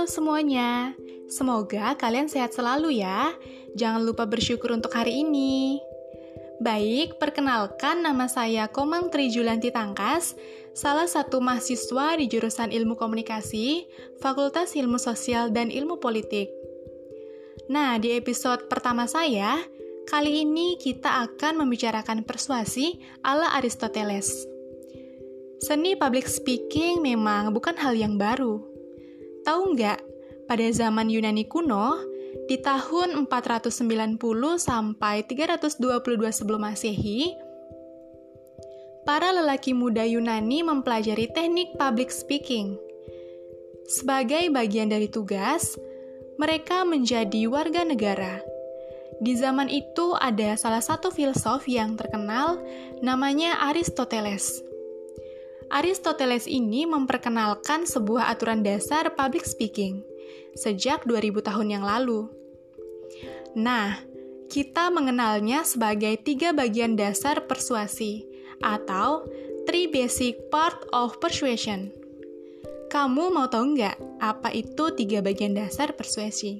Halo semuanya, semoga kalian sehat selalu ya. Jangan lupa bersyukur untuk hari ini. Baik, perkenalkan nama saya Komang Trijulanti Tangkas, salah satu mahasiswa di jurusan Ilmu Komunikasi, Fakultas Ilmu Sosial dan Ilmu Politik. Nah, di episode pertama saya, kali ini kita akan membicarakan persuasi ala Aristoteles. Seni public speaking memang bukan hal yang baru. Tahu nggak, pada zaman Yunani kuno, di tahun 490 sampai 322 sebelum Masehi, para lelaki muda Yunani mempelajari teknik public speaking. Sebagai bagian dari tugas, mereka menjadi warga negara. Di zaman itu ada salah satu filsuf yang terkenal, namanya Aristoteles. Aristoteles ini memperkenalkan sebuah aturan dasar public speaking sejak 2000 tahun yang lalu. Nah, kita mengenalnya sebagai 3 bagian dasar persuasi atau 3 basic part of persuasion. Kamu mau tahu nggak apa itu 3 bagian dasar persuasi?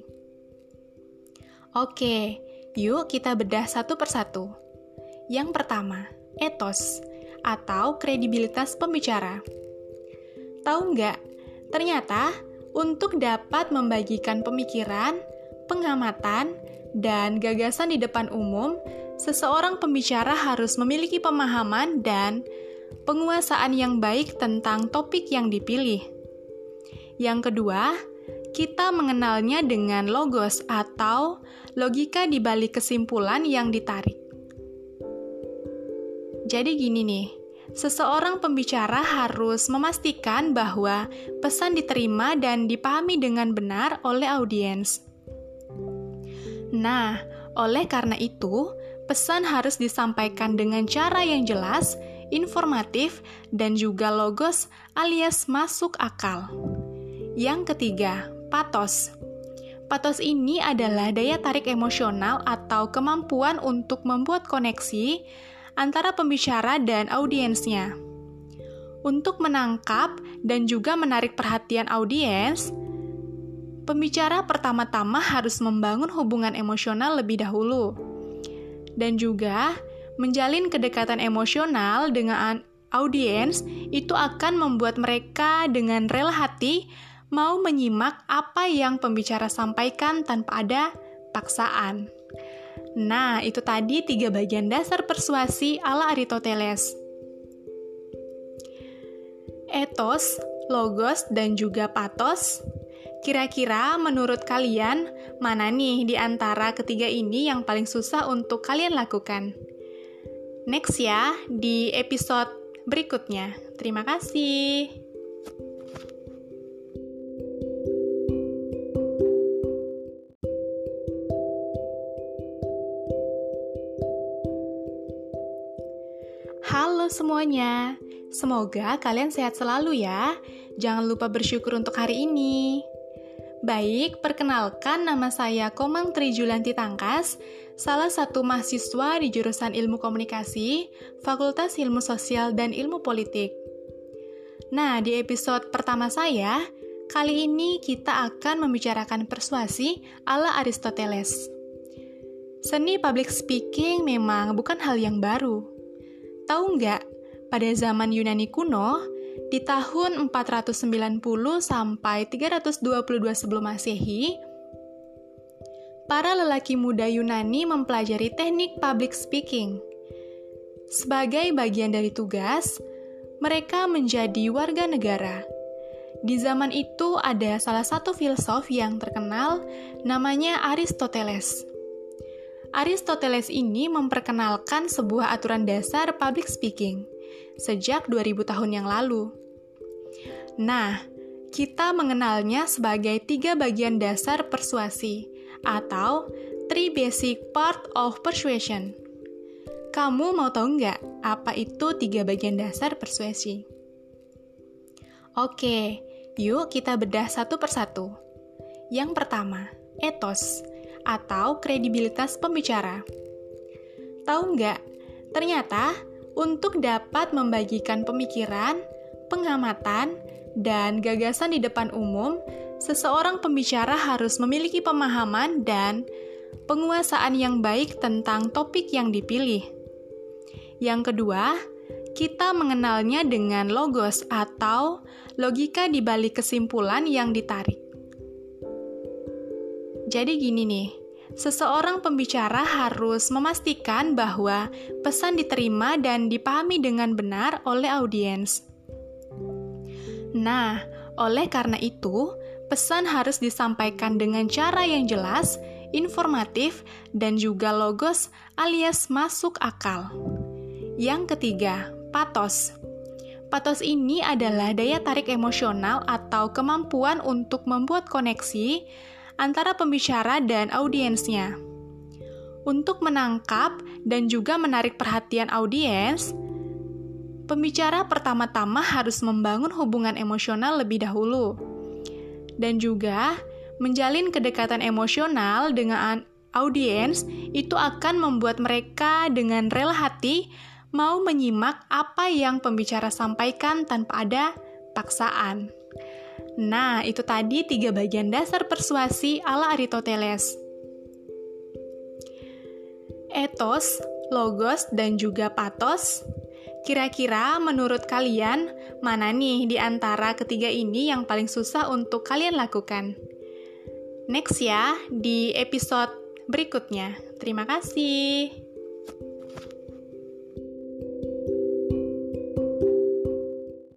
Oke, yuk kita bedah satu persatu. Yang pertama, ethos atau kredibilitas pembicara. Tahu nggak? Ternyata, untuk dapat membagikan pemikiran, pengamatan, dan gagasan di depan umum, seseorang pembicara harus memiliki pemahaman dan penguasaan yang baik tentang topik yang dipilih. Yang kedua, kita mengenalnya dengan logos atau logika di balik kesimpulan yang ditarik. Jadi gini nih, seseorang pembicara harus memastikan bahwa pesan diterima dan dipahami dengan benar oleh audiens. Nah, oleh karena itu, pesan harus disampaikan dengan cara yang jelas, informatif, dan juga logos alias masuk akal. Yang ketiga, pathos. Pathos ini adalah daya tarik emosional atau kemampuan untuk membuat koneksi antara pembicara dan audiensnya. Untuk menangkap dan juga menarik perhatian audiens, pembicara pertama-tama harus membangun hubungan emosional lebih dahulu, dan juga menjalin kedekatan emosional dengan audiens itu akan membuat mereka dengan rela hati mau menyimak apa yang pembicara sampaikan tanpa ada paksaan. Nah, itu tadi 3 bagian dasar persuasi ala Aristoteles. Ethos, logos, dan juga pathos. Kira-kira menurut kalian, mana nih di antara ketiga ini yang paling susah untuk kalian lakukan? Next ya, di episode berikutnya. Terima kasih. Halo semuanya, semoga kalian sehat selalu ya. Jangan lupa bersyukur untuk hari ini. Baik, perkenalkan nama saya Komang Trijulanti Tangkas, salah satu mahasiswa di jurusan Ilmu Komunikasi, Fakultas Ilmu Sosial dan Ilmu Politik. Nah, di episode pertama saya, kali ini kita akan membicarakan persuasi ala Aristoteles. Seni public speaking memang bukan hal yang baru. Tahu nggak, pada zaman Yunani kuno, di tahun 490 sampai 322 sebelum Masehi, para lelaki muda Yunani mempelajari teknik public speaking. Sebagai bagian dari tugas, mereka menjadi warga negara. Di zaman itu ada salah satu filsuf yang terkenal, namanya Aristoteles. Aristoteles ini memperkenalkan sebuah aturan dasar public speaking sejak 2000 tahun yang lalu. Nah, kita mengenalnya sebagai 3 bagian dasar persuasi atau 3 basic part of persuasion. Kamu mau tahu nggak apa itu 3 bagian dasar persuasi? Oke, yuk kita bedah satu persatu. Yang pertama, ethos atau kredibilitas pembicara. Tahu nggak? Ternyata, untuk dapat membagikan pemikiran, pengamatan, dan gagasan di depan umum, seseorang pembicara harus memiliki pemahaman dan penguasaan yang baik tentang topik yang dipilih. Yang kedua, kita mengenalnya dengan logos atau logika di balik kesimpulan yang ditarik. Jadi gini nih, seseorang pembicara harus memastikan bahwa pesan diterima dan dipahami dengan benar oleh audiens. Nah, oleh karena itu, pesan harus disampaikan dengan cara yang jelas, informatif, dan juga logos alias masuk akal. Yang ketiga, patos. Patos ini adalah daya tarik emosional atau kemampuan untuk membuat koneksi antara pembicara dan audiensnya. Untuk menangkap dan juga menarik perhatian audiens, pembicara pertama-tama harus membangun hubungan emosional lebih dahulu, dan juga menjalin kedekatan emosional dengan audiens itu akan membuat mereka dengan rela hati mau menyimak apa yang pembicara sampaikan tanpa ada paksaan. Nah, itu tadi 3 bagian dasar persuasi ala Aristoteles. Ethos, logos, dan juga pathos. Kira-kira menurut kalian, mana nih di antara ketiga ini yang paling susah untuk kalian lakukan? Next ya, di episode berikutnya. Terima kasih.